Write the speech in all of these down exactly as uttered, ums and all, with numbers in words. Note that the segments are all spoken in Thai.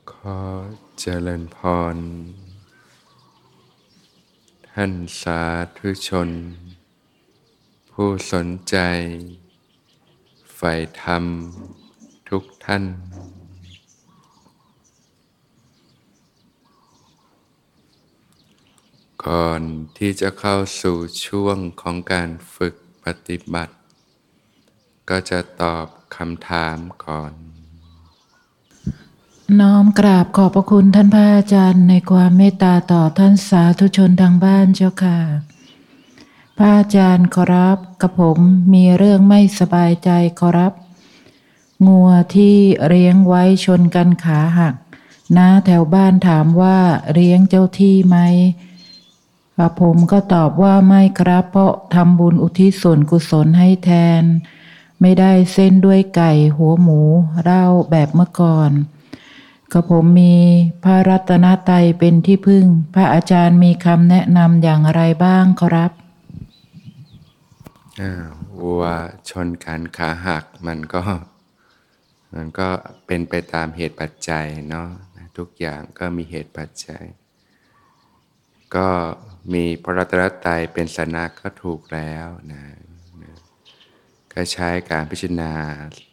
ขอเจริญพรท่านสาธุชนผู้สนใจใฝ่ธรรมทุกท่านก่อนที่จะเข้าสู่ช่วงของการฝึกปฏิบัติก็จะตอบคำถามก่อนน้อมกราบขอบพระคุณท่านพระอาจารย์ในความเมตตาต่อท่านสาธุชนทางบ้านเจ้าค่ะพระอาจารย์ขอรับกระผมมีเรื่องไม่สบายใจขอรับงัวที่เลี้ยงไว้ชนกันขาหักน้าแถวบ้านถามว่าเลี้ยงเจ้าที่ไหมกระผมก็ตอบว่าไม่ครับเพราะทำบุญอุทิศส่วนกุศลให้แทนไม่ได้เส้นด้วยไก่หัวหมูเหล้าแบบเมื่อก่อนกระผมมีพระรัตนตรัยเป็นที่พึ่งพระอาจารย์มีคำแนะนำอย่างไรบ้างครับวัวชนกันขาหักมันก็มันก็เป็นไปตามเหตุปัจจัยเนาะทุกอย่างก็มีเหตุปัจจัยก็มีพระรัตนตรัยเป็นสนะก็ถูกแล้วนะนะก็ใช้การพิจารณา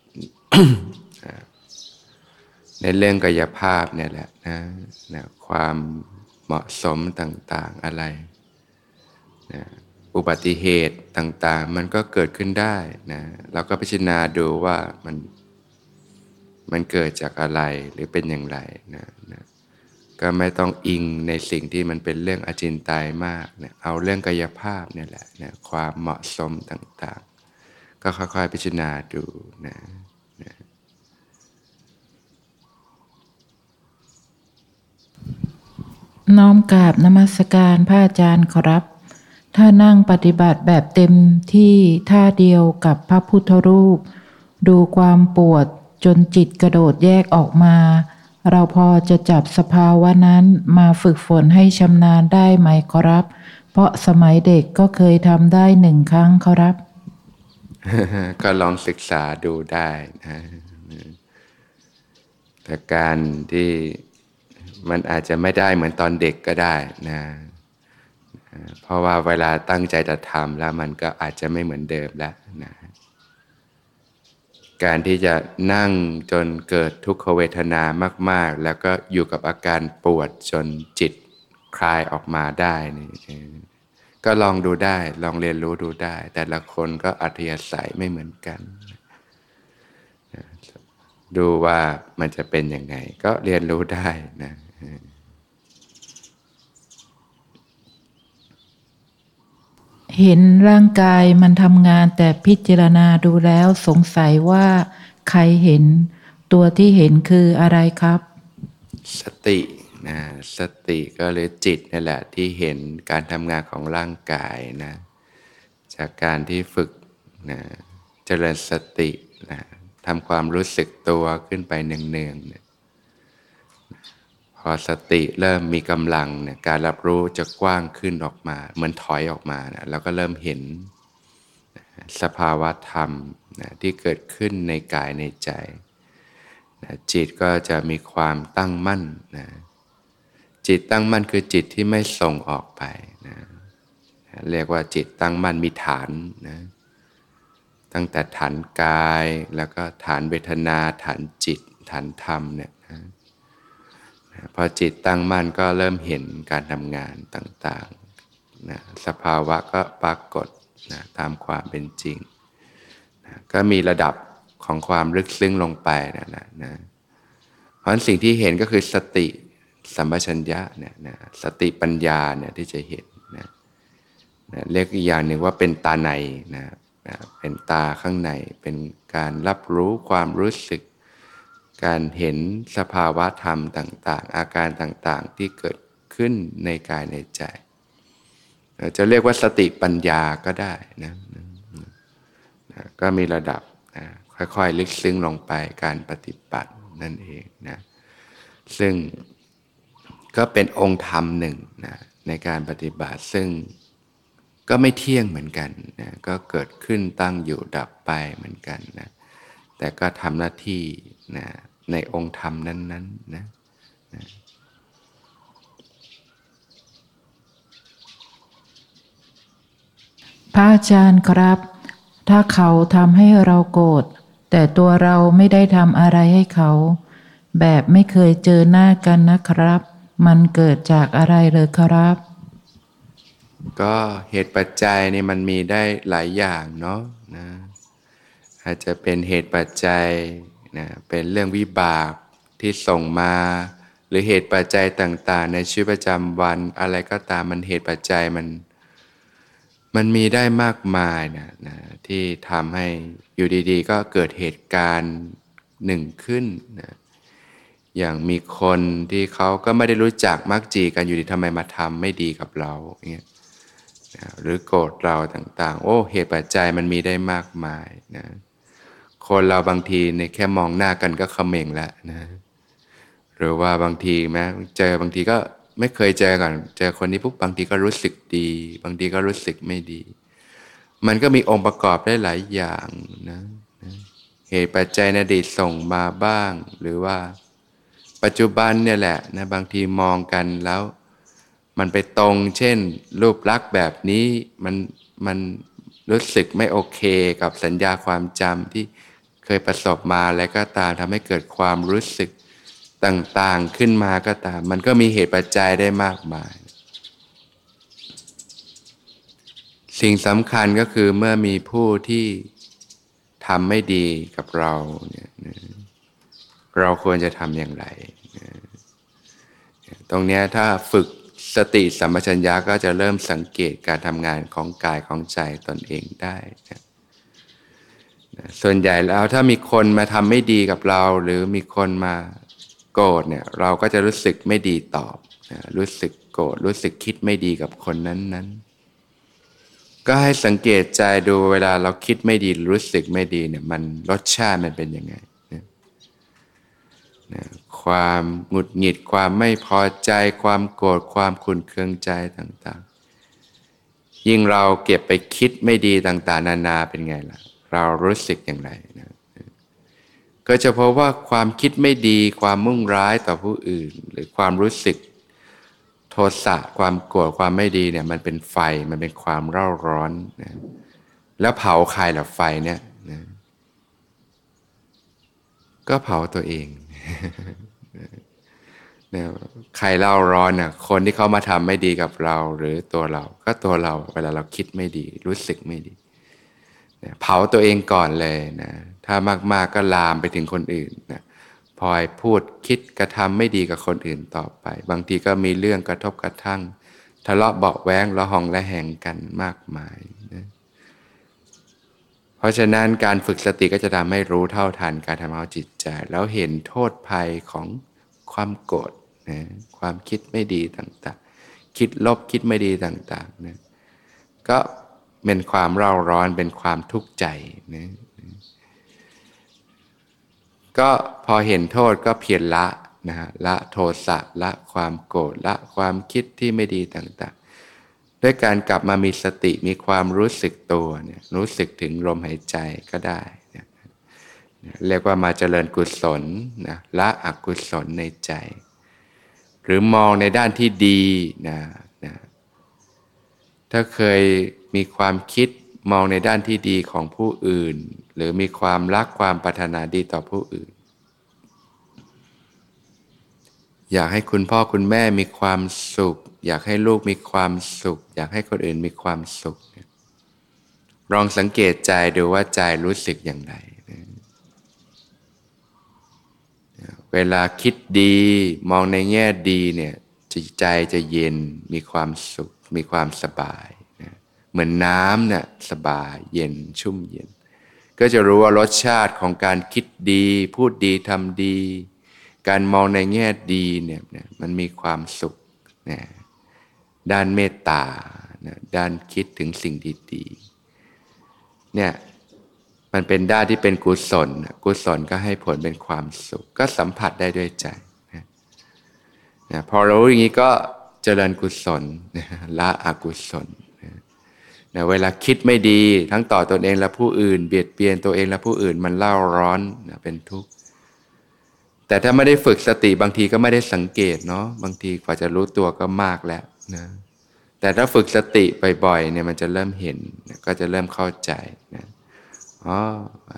ในเรื่องกายภาพเนี่ยแหละนะนะความเหมาะสมต่างๆอะไรนะอุบัติเหตุต่างๆมันก็เกิดขึ้นได้นะเราก็พิจารณาดูว่ามันมันเกิดจากอะไรหรือเป็นอย่างไรนะนะก็ไม่ต้องอิงในสิ่งที่มันเป็นเรื่องอจินไตยมากนะเอาเรื่องกายภาพเนี่ยแหละนะความเหมาะสมต่างๆก็ค่อยๆพิจารณาดูนะนะน้อมกราบนมัสการพระอาจารย์ขอรับถ้านั่งปฏิบัติแบบเต็มที่ท่าเดียวกับพระพุทธรูปดูความปวดจนจิตกระโดดแยกออกมาเราพอจะจับสภาวะนั้นมาฝึกฝนให้ชำนาญได้ไหมขอรับเพราะสมัยเด็กก็เคยทำได้หนึ่งครั้งขอรับก็ลองศึกษาดูได้นะแต่การที่มันอาจจะไม่ได้เหมือนตอนเด็กก็ได้นะเพราะว่าเวลาตั้งใจจะทำแล้วมันก็อาจจะไม่เหมือนเดิมแล้วนะการที่จะนั่งจนเกิดทุกขเวทนามากๆแล้วก็อยู่กับอาการปวดจนจิตคลายออกมาได้นี่ก็ลองดูได้ลองเรียนรู้ดูได้แต่ละคนก็อัธยาศัยไม่เหมือนกันดูว่ามันจะเป็นยังไงก็เรียนรู้ได้นะเห็นร่างกายมันทำงานแต่พิจารณาดูแล้วสงสัยว่าใครเห็นตัวที่เห็นคืออะไรครับสตินะสติก็เลยจิตนี่แหละที่เห็นการทำงานของร่างกายนะจากการที่ฝึกนะเจริญสตินะทำความรู้สึกตัวขึ้นไปเนืองๆเนี่ยพอสติเริ่มมีกำลังเนี่ยการรับรู้จะกว้างขึ้นออกมาเหมือนถอยออกมานะแล้วก็เริ่มเห็นสภาวะธรรมนะที่เกิดขึ้นในกายในใจนะจิตก็จะมีความตั้งมั่นนะจิตตั้งมั่นคือจิตที่ไม่ส่งออกไปนะเรียกว่าจิตตั้งมั่นมีฐานนะตั้งแต่ฐานกายแล้วก็ฐานเวทนาฐานจิตฐานธรรมเนี่ยนะพอจิตตั้งมั่นก็เริ่มเห็นการทำงานต่างๆนะสภาวะก็ปรากฏนะตามความเป็นจริงนะก็มีระดับของความลึกซึ้งลงไปนะนะนะเพราะฉะนั้นสิ่งที่เห็นก็คือสติสัมปชัญญะเนี่ยนะสติปัญญาเนี่ยที่จะเห็นนะนะเรียกอีกอย่างหนึ่งว่าเป็นตาในนะนะเป็นตาข้างในเป็นการรับรู้ความรู้สึกการเห็นสภาวะธรรมต่างๆอาการต่างๆที่เกิดขึ้นในกายในใจจะเรียกว่าสติปัญญาก็ได้นะนะนะก็มีระดับนะค่อยๆลึกซึ้งลงไปการปฏิบัตินั่นเองนะซึ่งก็เป็นองค์ธรรมหนึ่งนะในการปฏิบัติซึ่งก็ไม่เที่ยงเหมือนกันนะก็เกิดขึ้นตั้งอยู่ดับไปเหมือนกันนะแต่ก็ทำหน้าที่นะในองค์ธรรมนั้นๆนะนะพระอาจารย์ครับถ้าเขาทำให้เราโกรธแต่ตัวเราไม่ได้ทำอะไรให้เขาแบบไม่เคยเจอหน้ากันนะครับมันเกิดจากอะไรเลยครับก็เหตุปัจจัยนี่มันมีได้หลายอย่างเนาะนะอาจจะเป็นเหตุปัจจัยนะเป็นเรื่องวิบากที่ส่งมาหรือเหตุปัจจัยต่างๆในชีวิตประจำวันอะไรก็ตามมันเหตุปัจจัยมันมันมีได้มากมายนะนะที่ทำให้อยู่ดีๆก็เกิดเหตุการณ์หนึ่งขึ้นนะอย่างมีคนที่เขาก็ไม่ได้รู้จักมักจีกันอยู่ดีทำไมมาทำไม่ดีกับเราอย่างเงี้ยหรือโกรธเราต่างๆโอ้เหตุปัจจัยมันมีได้มากมายนะคนเราบางทีในแค่มองหน้ากันก็เขม่งแล้วนะหรือว่าบางทีแม้เจอบางทีก็ไม่เคยเจอก่อนเจอคนนี้ปุ๊บบางทีก็รู้สึกดีบางทีก็รู้สึกไม่ดีมันก็มีองค์ประกอบได้หลายอย่างนะนะเหตุปัจจัยในอดีตส่งมาบ้างหรือว่าปัจจุบันเนี่ยแหละนะบางทีมองกันแล้วมันไปตรงเช่นรูปลักษณ์แบบนี้มันมันรู้สึกไม่โอเคกับสัญญาความจำที่เคยประสบมาแล้วก็ตามทำให้เกิดความรู้สึกต่างๆขึ้นมาก็ตามมันก็มีเหตุปัจจัยได้มากมายสิ่งสำคัญก็คือเมื่อมีผู้ที่ทำไม่ดีกับเราเนี่ยเราควรจะทำอย่างไรตรงนี้ถ้าฝึกสติสัมปชัญญะก็จะเริ่มสังเกตการทำงานของกายของใจตนเองได้นะส่วนใหญ่แล้วถ้ามีคนมาทำไม่ดีกับเราหรือมีคนมาโกรธเนี่ยเราก็จะรู้สึกไม่ดีตอบนะรู้สึกโกรธรู้สึกคิดไม่ดีกับคนนั้นๆก็ให้สังเกตใจดูเวลาเราคิดไม่ดีรู้สึกไม่ดีเนี่ยมันรสชาติมันเป็นยังไงนะนะความหงุดหงิดความไม่พอใจความโกรธความขุ่นเคืองใจต่างๆยิ่งเราเก็บไปคิดไม่ดีต่างๆนานาเป็นไงล่ะเรารู้สึกอย่างไรนะก็จะพบว่าความคิดไม่ดีความมุ่งร้ายต่อผู้อื่นหรือความรู้สึกโทสะความโกรธความไม่ดีเนี่ยมันเป็นไฟมันเป็นความเร่าร้อนนะแล้วเผาใครล่ะไฟเนี่ยนะก็เผาตัวเองนะใครเล่าร้อนน่ะคนที่เขามาทำไม่ดีกับเราหรือตัวเราก็ตัวเราเวลาเราคิดไม่ดีรู้สึกไม่ดีนะเผาตัวเองก่อนเลยนะถ้ามากๆก็ลามไปถึงคนอื่นนะพอพูดคิดกระทำไม่ดีกับคนอื่นต่อไปบางทีก็มีเรื่องกระทบกระทั่งทะเลาะเบาะแว้งละหองละแหงกันมากมายนะเพราะฉะนั้นการฝึกสติก็จะทำให้รู้เท่าทันการทำเอาจิตใจแล้วเห็นโทษภัยของความโกรธนะความคิดไม่ดีต่างๆคิดลบคิดไม่ดีต่างๆนะก็เป็นความเร่าร้อนเป็นความทุกข์ใจนะก็พอเห็นโทษก็เพียรละนะฮะละโทสะละความโกรธละความคิดที่ไม่ดีต่างๆด้วยการกลับมามีสติมีความรู้สึกตัวเนี่ยรู้สึกถึงลมหายใจก็ได้นะเรียกว่ามาเจริญกุศลนะละอกุศลในใจหรือมองในด้านที่ดีนะนะถ้าเคยมีความคิดมองในด้านที่ดีของผู้อื่นหรือมีความรักความปรารถนาดีต่อผู้อื่นอยากให้คุณพ่อคุณแม่มีความสุขอยากให้ลูกมีความสุขอยากให้คนอื่นมีความสุขลองสังเกตใจดูว่าใจรู้สึกอย่างไรเวลาคิดดีมองในแง่ดีเนี่ยใจจะเย็นมีความสุขมีความสบายนะเหมือนน้ำเนี่ยสบายเย็นชุ่มเย็นก็จะรู้ว่ารสชาติของการคิดดีพูดดีทำดีการมองในแง่ดีเนี่ยมันมีความสุขนะด้านเมตตานะด้านคิดถึงสิ่งดีๆเนี่ยมันเป็นด้านที่เป็นกุศลกุศลก็ให้ผลเป็นความสุขก็สัมผัสได้ด้วยใจนะนะพอรู้อย่างนี้ก็เจริญกุศลนะละอกุศลนะนะเวลาคิดไม่ดีทั้งต่อตนเองและผู้อื่นเบียดเบียนตัวเองและผู้อื่นมันเล่าร้อนนะเป็นทุกข์แต่ถ้าไม่ได้ฝึกสติบางทีก็ไม่ได้สังเกตเนาะบางทีกว่าจะรู้ตัวก็มากแล้วนะแต่ถ้าฝึกสติบ่อยๆเนี่ยมันจะเริ่มเห็นก็จะเริ่มเข้าใจนะอ๋อ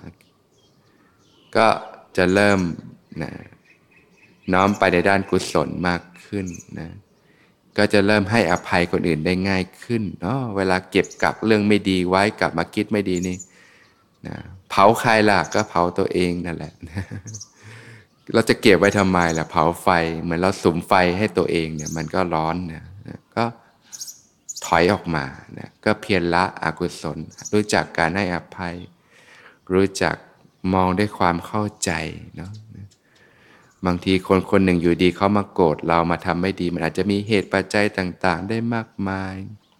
ก็จะเริ่มนะน้อมไปในด้านกุศลมากขึ้นนะก็จะเริ่มให้อภัยคนอื่นได้ง่ายขึ้นเนาะเวลาเก็บกักเรื่องไม่ดีไว้กลับมาคิดไม่ดีนี่นะเผาใครล่ะก็เผาตัวเองนั่นแหละเราจะเก็บไว้ทำไมล่ะเผาไฟเหมือนเราสุมไฟให้ตัวเองเนี่ยมันก็ร้อนเนี่ยก็ถอยออกมานะก็เพียรละอกุศลรู้จักการให้อภัยรู้จักมองด้วยความเข้าใจเนาะบางทีคนคนหนึ่งอยู่ดีเขามาโกรธเรามาทำไม่ดีมันอาจจะมีเหตุปัจจัยต่างๆได้มากมาย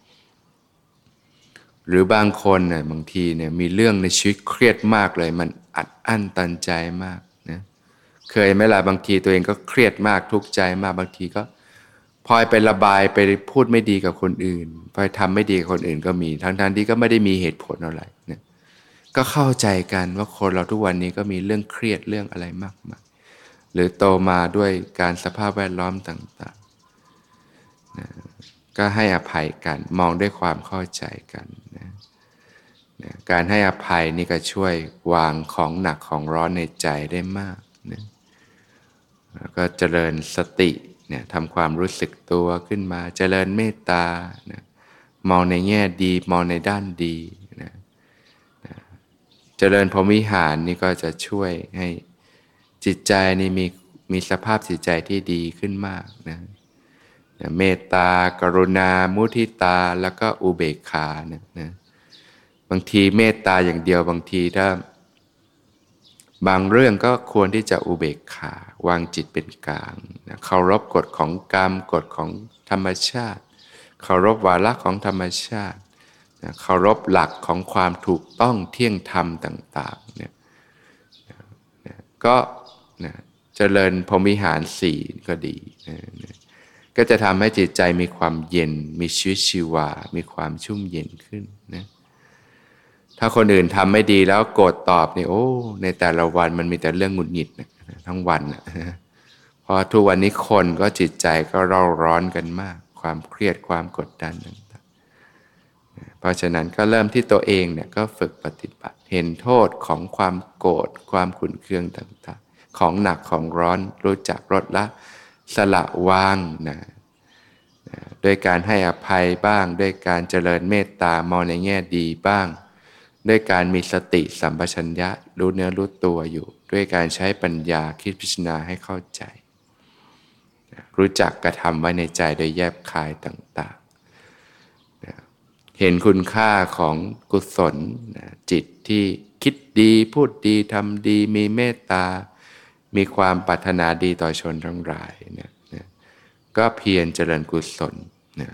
หรือบางคนเนี่ยบางทีเนี่ยมีเรื่องในชีวิตเครียดมากเลยมันอัดอั้นตันใจมากนะเคยไหมล่ะบางทีตัวเองก็เครียดมากทุกข์ใจมากบางทีก็พลอยไประบายไปพูดไม่ดีกับคนอื่นพลอยทำไม่ดีกับคนอื่นก็มีทั้งๆที่ก็ไม่ได้มีเหตุผลอะไรนะก็เข้าใจกันว่าคนเราทุกวันนี้ก็มีเรื่องเครียดเรื่องอะไรมากมายหรือโตมาด้วยการสภาพแวดล้อมต่างๆนะก็ให้อภัยกันมองด้วยความเข้าใจกันนะนะการให้อภัยนี่ก็ช่วยวางของหนักของร้อนในใจได้มากนะแล้วก็เจริญสติเนี่ยทำความรู้สึกตัวขึ้นมาเจริญเมตตานะมองในแง่ดีมองในด้านดีนะนะเจริญพรหมวิหารนี่ก็จะช่วยให้จิตใจนี่มีมีสภาพจิตใจที่ดีขึ้นมากนะเมตตากรุณามุทิตาแล้วก็อุเบกขานะนะบางทีเมตตาอย่างเดียวบางทีถ้าบางเรื่องก็ควรที่จะอุเบกขาวางจิตเป็นกลางนะเคารพกฎของกรรมกฎของธรรมชาติเคารพวาระของธรรมชาตินะเคารพหลักของความถูกต้องเที่ยงธรรมต่างๆเนี่ยนะก็นะเจริญพรหมวิหารสี่ก็ดีนะนะก็จะทำให้จิตใจมีความเย็นมีชีวิตชีวามีความชุ่มเย็นขึ้นนะถ้าคนอื่นทำไม่ดีแล้วโกรธตอบนี่โอ้ในแต่ละวันมันมีแต่เรื่องหงุดหงิดนะทั้งวันนะเพราะทุกวันนี้คนก็จิตใจก็เร่าร้อนกันมากความเครียดความกดดันต่างๆเพราะฉะนั้นก็เริ่มที่ตัวเองเนี่ยก็ฝึกปฏิบัติเห็นโทษของความโกรธความขุ่นเคืองต่างๆของหนักของร้อนรู้จักลดละสละวางนะด้วยการให้อภัยบ้างด้วยการเจริญเมตตามองในแง่ดีบ้างด้วยการมีสติสัมปชัญญะรู้เนื้อรู้ตัวอยู่ด้วยการใช้ปัญญาคิดพิจารณาให้เข้าใจรู้จักกระทำไว้ในใจโดยแยบคายต่างๆเห็นคุณค่าของกุศลจิตที่คิดดีพูดดีทำดีมีเมตตามีความปรารถนาดีต่อชนทั้งหลายเนี่ยก็เพียรเจริญกุศลนะ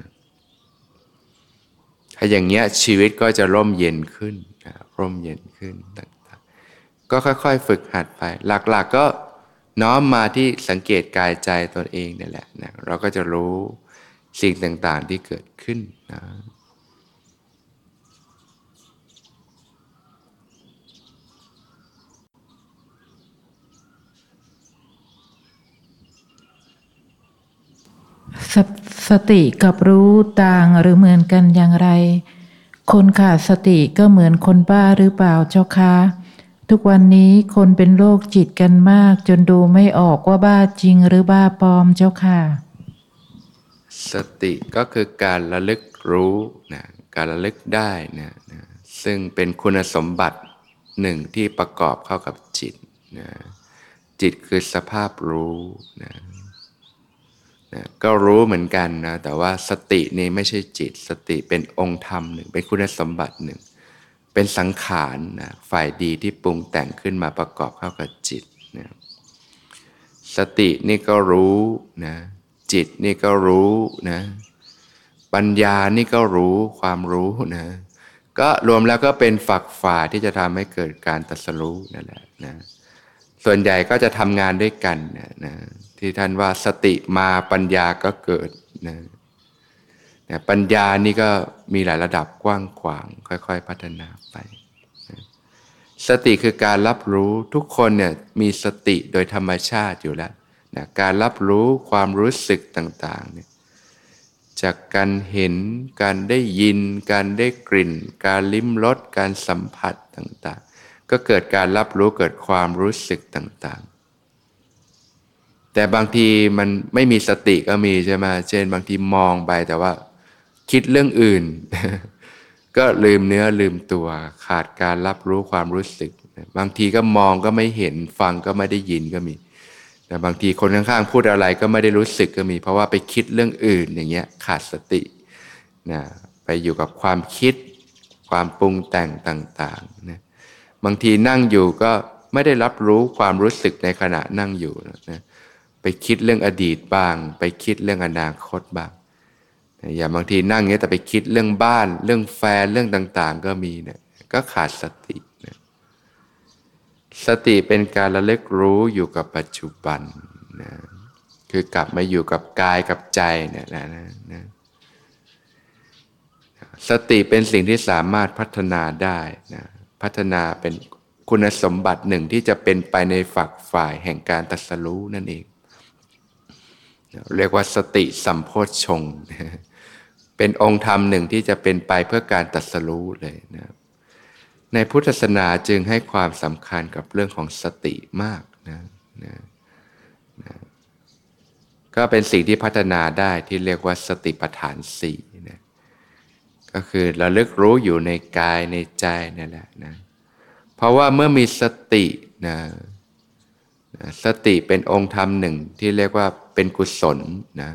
ถ้าอย่างเงี้ยชีวิตก็จะร่มเย็นขึ้นนะร่มเย็นขึ้นต่างๆก็ค่อยๆฝึกหัดไปหลักๆ ก, ก็น้อมมาที่สังเกตกายใจตนเองนี่แหละนะเราก็จะรู้สิ่งต่างๆที่เกิดขึ้นนะสสติกับรู้ต่างหรือเหมือนกันอย่างไรคนขาดสติก็เหมือนคนบ้าหรือเปล่าเจ้าคะทุกวันนี้คนเป็นโรคจิตกันมากจนดูไม่ออกว่าบ้าจริงหรือบ้าปลอมเจ้าค่ะสติก็คือการระลึกรู้นะการระลึกได้นะนะซึ่งเป็นคุณสมบัติหนึ่งที่ประกอบเข้ากับจิตนะจิตคือสภาพรู้นะนะก็รู้เหมือนกันนะแต่ว่าสตินี่ไม่ใช่จิตสติเป็นองค์ธรรมหนึ่งเป็นคุณสมบัติหนึ่งเป็นสังขารนะฝ่ายดีที่ปรุงแต่งขึ้นมาประกอบเข้ากับจิตนะสตินี่ก็รู้นะจิตนี่ก็รู้นะปัญญานี่ก็รู้ความรู้นะก็รวมแล้วก็เป็นฝักฝ่าที่จะทำให้เกิดการตรัสรู้นั่นแหละนะส่วนใหญ่ก็จะทำงานด้วยกันนะนะที่ท่านว่าสติมาปัญญาก็เกิดนะนะปัญญานี่ก็มีหลายระดับกว้างขวางค่อยๆพัฒนาไปนะสติคือการรับรู้ทุกคนเนี่ยมีสติโดยธรรมชาติอยู่แล้วนะการรับรู้ความรู้สึกต่างๆเนี่ยจากการเห็นการได้ยินการได้กลิ่นการลิ้มรสการสัมผัสต่างๆก็เกิดการรับรู้เกิดความรู้สึกต่างๆแต่บางทีมันไม่มีสติก็มีใช่ไหมเช่นบางทีมองไปแต่ว่าคิดเรื่องอื่น ก็ลืมเนื้อลืมตัวขาดการรับรู้ความรู้สึกบางทีก็มองก็ไม่เห็นฟังก็ไม่ได้ยินก็มีแต่บางทีคนข้างๆพูดอะไรก็ไม่ได้รู้สึกก็มีเพราะว่าไปคิดเรื่องอื่นอย่างเงี้ยขาดสตินะไปอยู่กับความคิดความปรุงแต่งต่างๆนะบางทีนั่งอยู่ก็ไม่ได้รับรู้ความรู้สึกในขณะนั่งอยู่นะไปคิดเรื่องอดีตบ้างไปคิดเรื่องอนาคตบ้างอย่างบางทีนั่งเงี้ยแต่ไปคิดเรื่องบ้านเรื่องแฟนเรื่องต่างๆก็มีเนี่ยก็ขาดสตินะสติเป็นการระลึกรู้อยู่กับปัจจุบันนะคือกลับมาอยู่กับกายกับใจเนี่ยนะนะนะสติเป็นสิ่งที่สามารถพัฒนาได้นะพัฒนาเป็นคุณสมบัติหนึ่งที่จะเป็นไปในฝักฝ่ายแห่งการตรัสรู้นั่นเองเรียกว่าสติสัมโพชฌงค์เป็นองค์ธรรมหนึ่งที่จะเป็นไปเพื่อการตรัสรู้เลยนะในพุทธศาสนาจึงให้ความสำคัญกับเรื่องของสติมากนะนะนะก็เป็นสิ่งที่พัฒนาได้ที่เรียกว่าสติปัฏฐานสี่นะก็คือระลึกรู้อยู่ในกายในใจนั่นแหละนะเพราะว่าเมื่อมีสตินะสติเป็นองค์ธรรมหนึ่งที่เรียกว่าเป็นกุศลนะ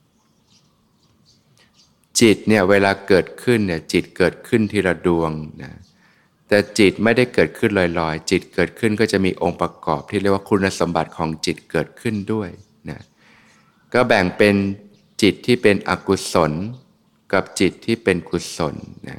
จิตเนี่ยเวลาเกิดขึ้นเนี่ยจิตเกิดขึ้นทีละดวงนะแต่จิตไม่ได้เกิดขึ้นลอยๆจิตเกิดขึ้นก็จะมีองค์ประกอบที่เรียกว่าคุณสมบัติของจิตเกิดขึ้นด้วยนะก็แบ่งเป็นจิตที่เป็นอกุศลกับจิตที่เป็นกุศลนะ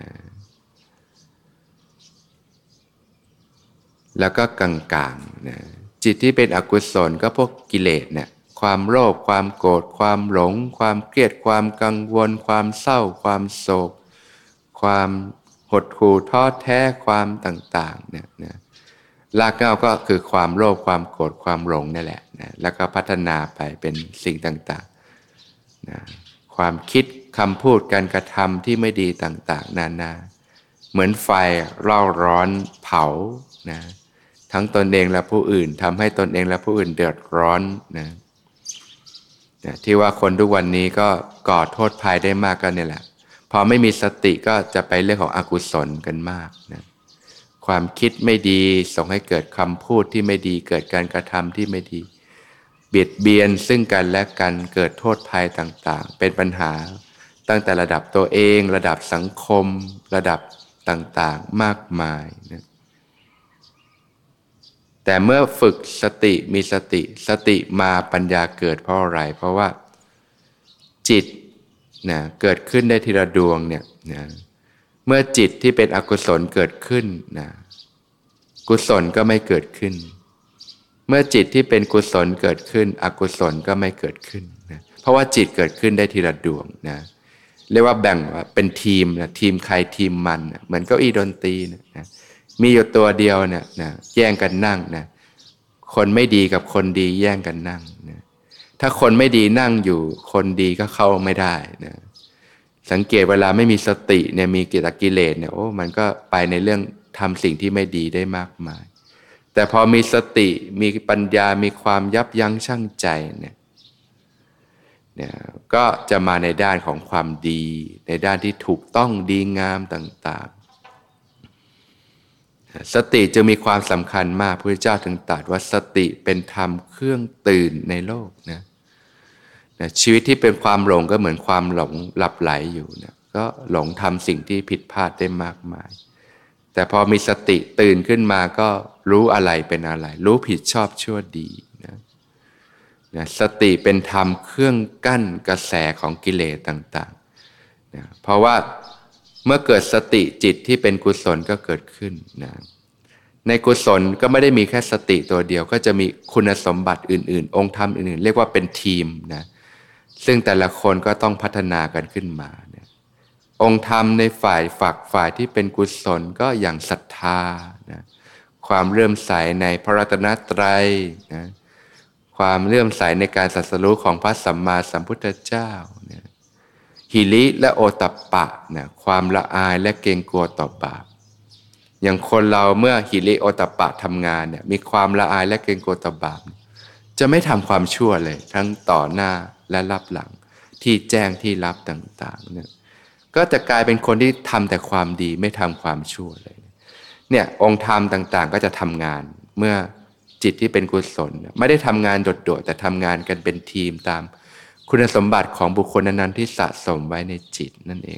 แล้วก็กลางๆนะจิตที่เป็นอกุศลก็พวกกิเลสเนี่ยความโลภความโกรธความหลงความเครียดความกังวลความเศร้าความโศกความหดหู่ท้อแท้ความต่างๆเนี่ยนะรากเหง้าก็คือความโลภความโกรธความหลงนั่นแหละนะแล้วก็พัฒนาไปเป็นสิ่งต่างๆนะความคิดคำพูดการกระทำที่ไม่ดีต่างๆนานาเหมือนไฟเร่าร้อนเผานะทั้งตนเองและผู้อื่นทำให้ตนเองและผู้อื่นเดือดร้อนนะนะที่ว่าคนทุกวันนี้ก็ก่อโทษภัยได้มากก็เนี่ยแหละพอไม่มีสติก็จะไปเรื่องของอกุศลกันมากนะความคิดไม่ดีส่งให้เกิดคำพูดที่ไม่ดีเกิดการกระทำที่ไม่ดีเบียดเบียนซึ่งกันและกันเกิดโทษภัยต่างๆเป็นปัญหาตั้งแต่ระดับตัวเองระดับสังคมระดับต่างๆมากมายนะแต่เมื่อฝึกสติมีสติสติมาปัญญาเกิดเพราะอะไรเพราะว่าจิตนะเกิดขึ้นได้ทีละดวงเนี่ยนะเมื่อจิตที่เป็นอกุศลเกิดขึ้นนะกุศลก็ไม่เกิดขึ้นเมื่อจิตที่เป็นกุศลเกิดขึ้นอกุศลก็ไม่เกิดขึ้นนะเพราะว่าจิตเกิดขึ้นได้ทีละดวงนะเรียกว่าแบ่งว่าเป็นทีมนะทีมใครทีมมันนะเหมือนเก้าอี้ดนตรีนะนะมีอยู่ตัวเดียวเนี่ยนะแย่งกันนั่งนะคนไม่ดีกับคนดีแย่งกันนั่งนะถ้าคนไม่ดีนั่งอยู่คนดีก็เข้าไม่ได้นะสังเกตเวลาไม่มีสติเนี่ยมีกิเลสกิเลสเนี่ยโอ้มันก็ไปในเรื่องทำสิ่งที่ไม่ดีได้มากมายแต่พอมีสติมีปัญญามีความยับยั้งชั่งใจเนี่ยเนี่ยก็จะมาในด้านของความดีในด้านที่ถูกต้องดีงามต่างๆสติจึงมีความสำคัญมากพระพุทธเจ้าถึงตรัสว่าสติเป็นธรรมเครื่องตื่นในโลกนะนะชีวิตที่เป็นความหลงก็เหมือนความหลงหลับไหลอยู่นะก็หลงทำสิ่งที่ผิดพลาดได้มากมายแต่พอมีสติตื่นขึ้นมาก็รู้อะไรเป็นอะไรรู้ผิดชอบชั่วดีนะนะสติเป็นธรรมเครื่องกั้นกระแสของกิเลสต่างๆนะเพราะว่าเมื่อเกิดสติจิตที่เป็นกุศลก็เกิดขึ้นนะในกุศลก็ไม่ได้มีแค่สติตัวเดียวก็จะมีคุณสมบัติอื่นๆองค์ธรรมอื่นๆเรียกว่าเป็นทีมนะซึ่งแต่ละคนก็ต้องพัฒนากันขึ้นมานะองค์ธรรมในฝ่ายฝักฝ่ายที่เป็นกุศลก็อย่างศรัทธานะความเลื่อมใสในพระรัตนตรัยนะความเลื่อมใสในการตรัสรู้ของพระสัมมาสัมพุทธเจ้านะหิริและโอตัปปะนะความละอายและเกรงกลัวต่อบาปอย่างคนเราเมื่อหิริโอตัปปะทำงานเนี่ยมีความละอายและเกรงกลัวต่อบาปจะไม่ทำความชั่วเลยทั้งต่อหน้าและรับหลังที่แจ้งที่รับต่างๆเนี่ยก็จะกลายเป็นคนที่ทำแต่ความดีไม่ทำความชั่วเลยเนี่ยองค์ธรรมต่างๆก็จะทำงานเมื่อจิตที่เป็นกุศลไม่ได้ทำงานโดดๆแต่ทำงานกันเป็นทีมตามคุณสมบัติของบุคคลนั้นๆที่สะสมไว้ในจิตนั่นเอง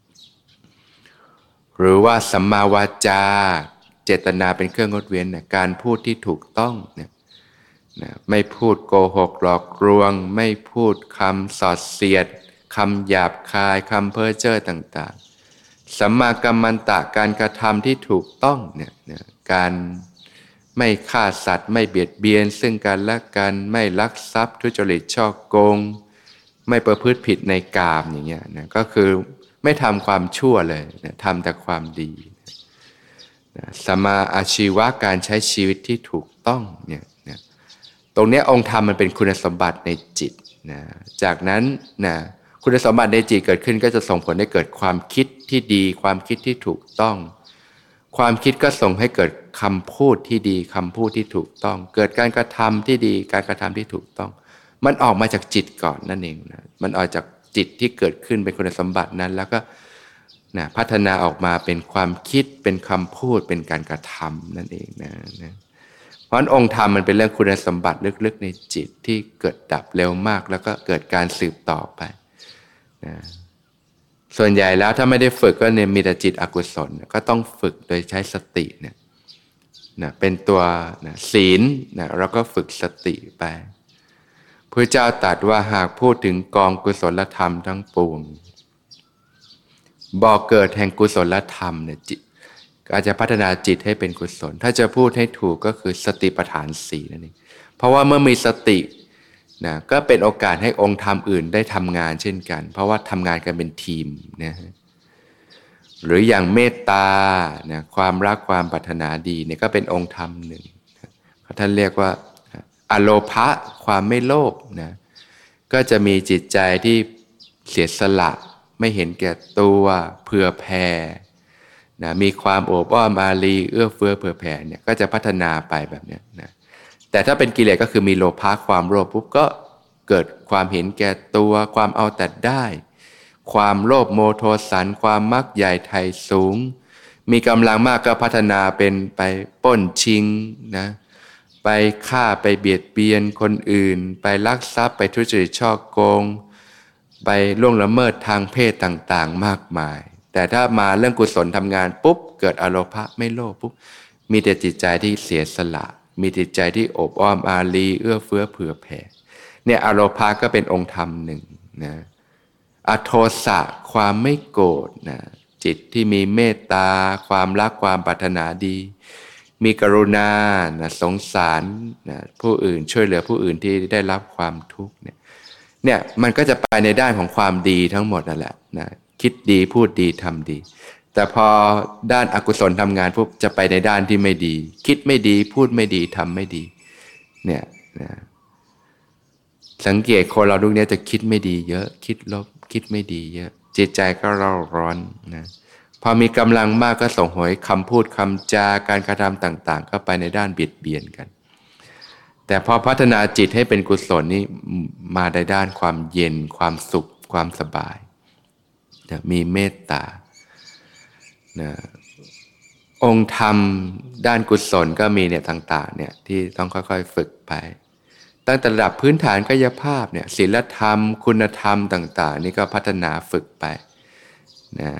หรือว่าสัมมาวาจาเจตนาเป็นเครื่องงดเว้นเนี่ยการพูดที่ถูกต้องเนี่ยนะไม่พูดโกหกหลอกลวงไม่พูดคำสอดเสียดคำหยาบคายคำเพ้อเจ้อต่างๆสัมมากัมมันตะการกระทำที่ถูกต้องเนี่ยนะการไม่ฆ่าสัตว์ไม่เบียดเบียนซึ่งกันและกันไม่ลักทรัพย์ทุจริตฉ้อโกงไม่ประพฤติผิดในกามอย่างเงี้ยนะก็คือไม่ทำความชั่วเลยนะทำแต่ความดีนะสัมมาอาชีวะการใช้ชีวิตที่ถูกต้องเนี่ยนะตรงนี้องค์ธรรมมันเป็นคุณสมบัติในจิตนะจากนั้นนะคุณสมบัติในจิตเกิดขึ้นก็จะส่งผลให้เกิดความคิดที่ดีความคิดที่ถูกต้องความคิดก็ส่งให้เกิดคำพูดที่ดีคำพูดที่ถูกต้องเกิดการกระทำที่ดีการกระทำที่ถูกต้องมันออกมาจากจิตก่อนนั่นเองนะมันออกจากจิตที่เกิดขึ้นเป็นคุณสมบัตินั้นแล้วก็นะพัฒนาออกมาเป็นความคิดเป็นคำพูดเป็นการกระทำนั่นเองนะนะเพราะองค์ธรรมมันเป็นเรื่องคุณสมบัติลึกๆในจิตที่เกิดดับเร็วมากแล้วก็เกิดการสืบต่อไปนะส่วนใหญ่แล้วถ้าไม่ได้ฝึกก็เนี่ยมีแต่จิตอกุศลก็ต้องฝึกโดยใช้สติเนี่ยนะเป็นตัวนะศีลนะเราก็ฝึกสติไปพระเจ้าตรัสว่าหากพูดถึงกองกุศลธรรมทั้งปวงบ่อเกิดแห่งกุศลธรรมเนี่ยจิตอาจจะพัฒนาจิตให้เป็นกุศลถ้าจะพูดให้ถูกก็คือสติปัฏฐานสี่นั่นเองเพราะว่าเมื่อมีสตินะก็เป็นโอกาสให้องค์ธรรมอื่นได้ทำงานเช่นกันเพราะว่าทำงานกันเป็นทีมนะหรืออย่างเมตตานะความรักความปรารถนาดีเนี่ยก็เป็นองค์ธรรมหนึ่งท่านเรียกว่าอโลภะความไม่โลภนะก็จะมีจิตใจที่เสียสละไม่เห็นแก่ตัวเผื่อแผ่นะมีความโอบอ้อมอารีเอื้อเฟื้อเผื่อแผ่เนี่ยก็จะพัฒนาไปแบบนี้นะแต่ถ้าเป็นกิเลสก็คือมีโลภะความโลภปุ๊บก็เกิดความเห็นแก่ตัวความเอาแต่ได้ความโลภโมโทสันความมักใหญ่ไถ่สูงมีกำลังมากก็พัฒนาเป็นไปปล้นชิงนะไปฆ่าไปเบียดเบียนคนอื่นไปลักทรัพย์ไปทุจริตฉ้อโกงไปล่วงละเมิดทางเพศต่างๆมากมายแต่ถ้ามาเรื่องกุศลทำงานปุ๊บเกิดอโลภะไม่โลภปุ๊บมีแต่จิตใจที่เสียสละมีจิตใจที่อบอ้อมอารีเอื้อเฟื้อเผื่อแผ่เนี่ยอโลภะก็เป็นองค์ธรรมหนึ่งนะอโทสะความไม่โกรธนะจิตที่มีเมตตาความรักความปรารถนาดีมีกรุณานะสงสารนะผู้อื่นช่วยเหลือผู้อื่นที่ได้รับความทุกข์เนี่ยเนี่ยมันก็จะไปในด้านของความดีทั้งหมดนั่นแหละนะคิดดีพูดดีทำดีแต่พอด้านอกุศลทำงานปุ๊บจะไปในด้านที่ไม่ดีคิดไม่ดีพูดไม่ดีทำไม่ดีเนี่ยนะสังเกตคนเราทุกนี้จะคิดไม่ดีเยอะคิดลบคิดไม่ดีเยอะจิตใจก็เร่าร้อนนะพอมีกำลังมากก็ส่งผลให้คำพูดคำจาการกระทำต่างๆก็ไปในด้านเบียดเบียนกันแต่พอพัฒนาจิตให้เป็นกุศลนี่มาในด้านความเย็นความสุขความสบายนะมีเมตตานะองค์ธรรมด้านกุศลก็มีเนี่ยต่างๆเนี่ยที่ต้องค่อยๆฝึกไปตั้งแต่ระดับพื้นฐานกายภาพเนี่ยศีลธรรมคุณธรรมต่างๆนี่ก็พัฒนาฝึกไปนะ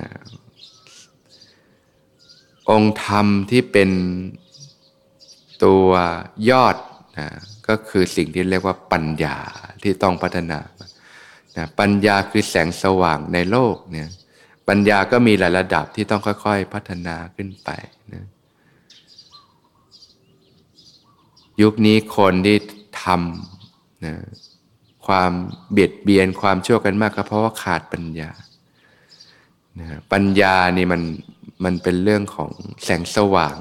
องค์ธรรมที่เป็นตัวยอดนะก็คือสิ่งที่เรียกว่าปัญญาที่ต้องพัฒนานะปัญญาคือแสงสว่างในโลกเนี่ยปัญญาก็มีหลายระดับที่ต้องค่อยๆพัฒนาขึ้นไปนะยุคนี้คนที่ทำนะความเบียดเบียนความชั่วกันมากก็เพราะว่าขาดปัญญานะปัญญานี่มันมันเป็นเรื่องของแสงสว่าง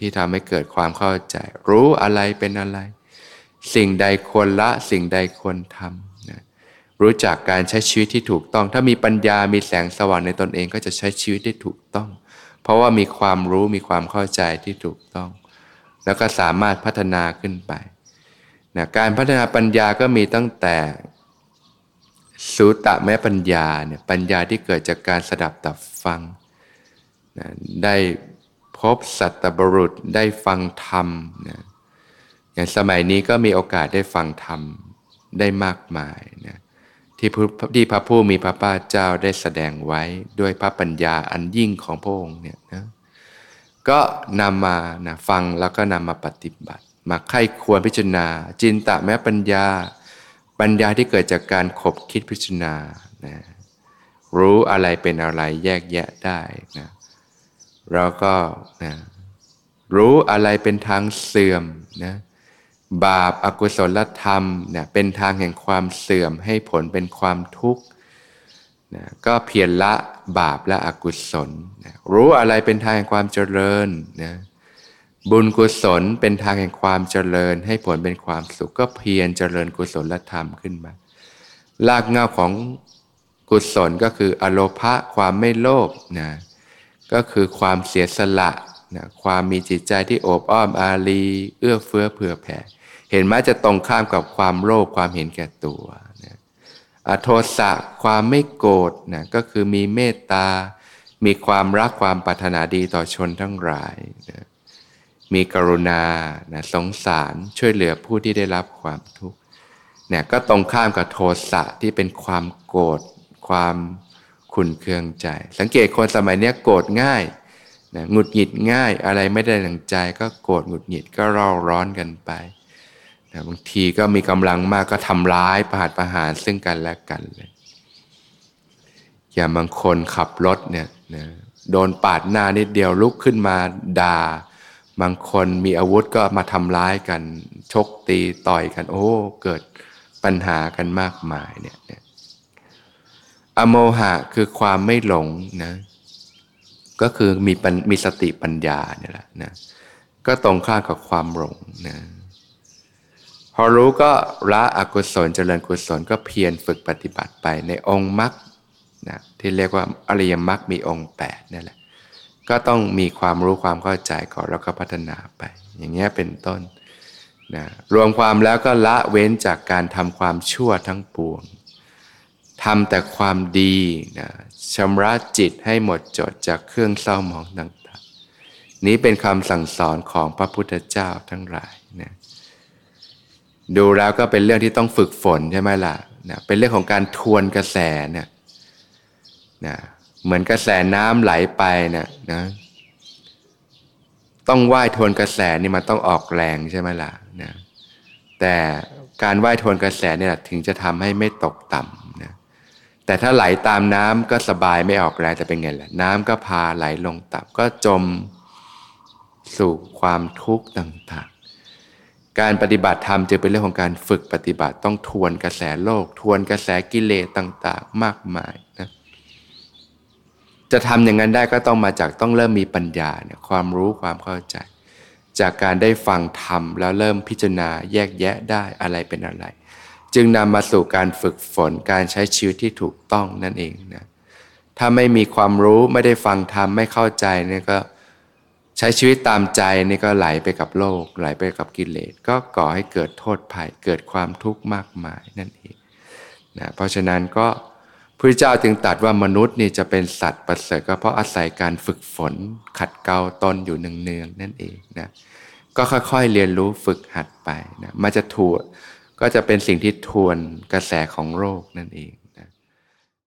ที่ทำให้เกิดความเข้าใจรู้อะไรเป็นอะไรสิ่งใดควรละสิ่งใดควรทำนะรู้จักการใช้ชีวิตที่ถูกต้องถ้ามีปัญญามีแสงสว่างในตนเองก็จะใช้ชีวิตได้ถูกต้องเพราะว่ามีความรู้มีความเข้าใจที่ถูกต้องแล้วก็สามารถพัฒนาขึ้นไปนะการพัฒนาปัญญาก็มีตั้งแต่สุตตมปัญญาเนี่ยปัญญาที่เกิดจากการสดับตับฟังนะได้พบสัตบุรุษได้ฟังธรรมนะอย่างสมัยนี้ก็มีโอกาสได้ฟังธรรมได้มากมายนะที่ที่พระผู้มีพระภาคเจ้าได้แสดงไว้ด้วยพระปัญญาอันยิ่งของพระองค์เนี่ยนะก็นำมานะฟังแล้วก็นำมาปฏิบัติมาไข้ควรพิจารณาจินตะแม้ปัญญาปัญญาที่เกิดจากการขบคิดพิจารณานะรู้อะไรเป็นอะไรแยกแยะได้นะแล้วก็นะรู้อะไรเป็นทางเสื่อมนะบาปอกุศลธรรมนะเป็นทางแห่งความเสื่อมให้ผลเป็นความทุกข์นะก็เพียรละบาปและอกุศลนะรู้อะไรเป็นทางแห่งความเจริญนะบุญกุศลเป็นทางแห่งความเจริญให้ผลเป็นความสุขก็เพียรเจริญกุศลธรรมขึ้นมารากเหง้าของกุศลก็คืออโลภะความไม่โลภนะก็คือความเสียสละนะความมีจิตใจที่โอบอ้อมอารีเอื้อเฟื้อเผื่อแผ่เห็นไหมจะตรงข้ามกับความโลภความเห็นแก่ตัวนะอโทสะความไม่โกรธนะก็คือมีเมตตามีความรักความปรารถนาดีต่อชนทั้งหลายนะมีกรุณานะสงสารช่วยเหลือผู้ที่ได้รับความทุกข์เนี่ยก็ตรงข้ามกับโทสะที่เป็นความโกรธความขุ่นเคืองใจสังเกตคนสมัยนี้โกรธง่ายนะหงุดหงิดง่ายอะไรไม่ได้ดังใจก็โกรธหงุดหงิดก็เร่าร้อนกันไปนะบางทีก็มีกำลังมากก็ทำร้ายประหัตประหารซึ่งกันและกันเลยอย่างบางคนขับรถเนี่ยนะโดนปาดหน้านิดเดียวลุกขึ้นมาด่าบางคนมีอาวุธก็มาทำร้ายกันชกตีต่อยกันโอ้เกิดปัญหากันมากมายเนี่ยอโมหะคือความไม่หลงนะก็คือมีมีสติปัญญาเนี่ยแหละนะก็ตรงข้ามกับความหลงนะพอรู้ก็ละอกุศลเจริญกุศลก็เพียรฝึกปฏิบัติไปในองค์มรรคนะที่เรียกว่าอริยมรรคมีองค์แปดนั่นแหละก็ต้องมีความรู้ความเข้าใจก่อนแล้วก็พัฒนาไปอย่างเงี้ยเป็นต้นนะรวมความแล้วก็ละเว้นจากการทำความชั่วทั้งปวงทำแต่ความดีนะชำระจิตให้หมดจดจากเครื่องเศร้าหมองต่างๆนี้เป็นคำสั่งสอนของพระพุทธเจ้าทั้งหลายนะดูแล้วก็เป็นเรื่องที่ต้องฝึกฝนใช่ไหมล่ะนะเป็นเรื่องของการทวนกระแสเนี่ยนะเหมือนกระแสน้ำไหลไปเนี่ยนะต้องว่ายทวนกระแสนี่มันต้องออกแรงใช่ไหมล่ะนะแต่การว่ายทวนกระแสเนี่ยถึงจะทำให้ไม่ตกต่ำนะแต่ถ้าไหลตามน้ำก็สบายไม่ออกแรงจะเป็นไงล่ะน้ำก็พาไหลลงต่ำก็จมสู่ความทุกข์ต่างๆการปฏิบัติธรรมจึงเป็นเรื่องของการฝึกปฏิบัติต้องทวนกระแสโลกทวนกระแสกิเลสต่างๆมากมายนะจะทำอย่างนั้นได้ก็ต้องมาจากต้องเริ่มมีปัญญาเนี่ยความรู้ความเข้าใจจากการได้ฟังธรรมแล้วเริ่มพิจารณาแยกแยะได้อะไรเป็นอะไรจึงนำมาสู่การฝึกฝนการใช้ชีวิตที่ถูกต้องนั่นเองนะถ้าไม่มีความรู้ไม่ได้ฟังธรรมไม่เข้าใจเนี่ยก็ใช้ชีวิตตามใจนี่ก็ไหลไปกับโลกไหลไปกับกิเลสก็ก่อให้เกิดโทษภัยเกิดความทุกข์มากมายนั่นเองนะเพราะฉะนั้นก็พระเจ้าจึงตรัสว่ามนุษย์นี่จะเป็นสัตว์ประเสริฐก็เพราะอาศัยการฝึกฝนขัดเกลาตนอยู่เนืองๆนั่นเองนะก็ค่อยๆเรียนรู้ฝึกหัดไปนะมันจะถูกก็จะเป็นสิ่งที่ทวนกระแสของโลกนั่นเอง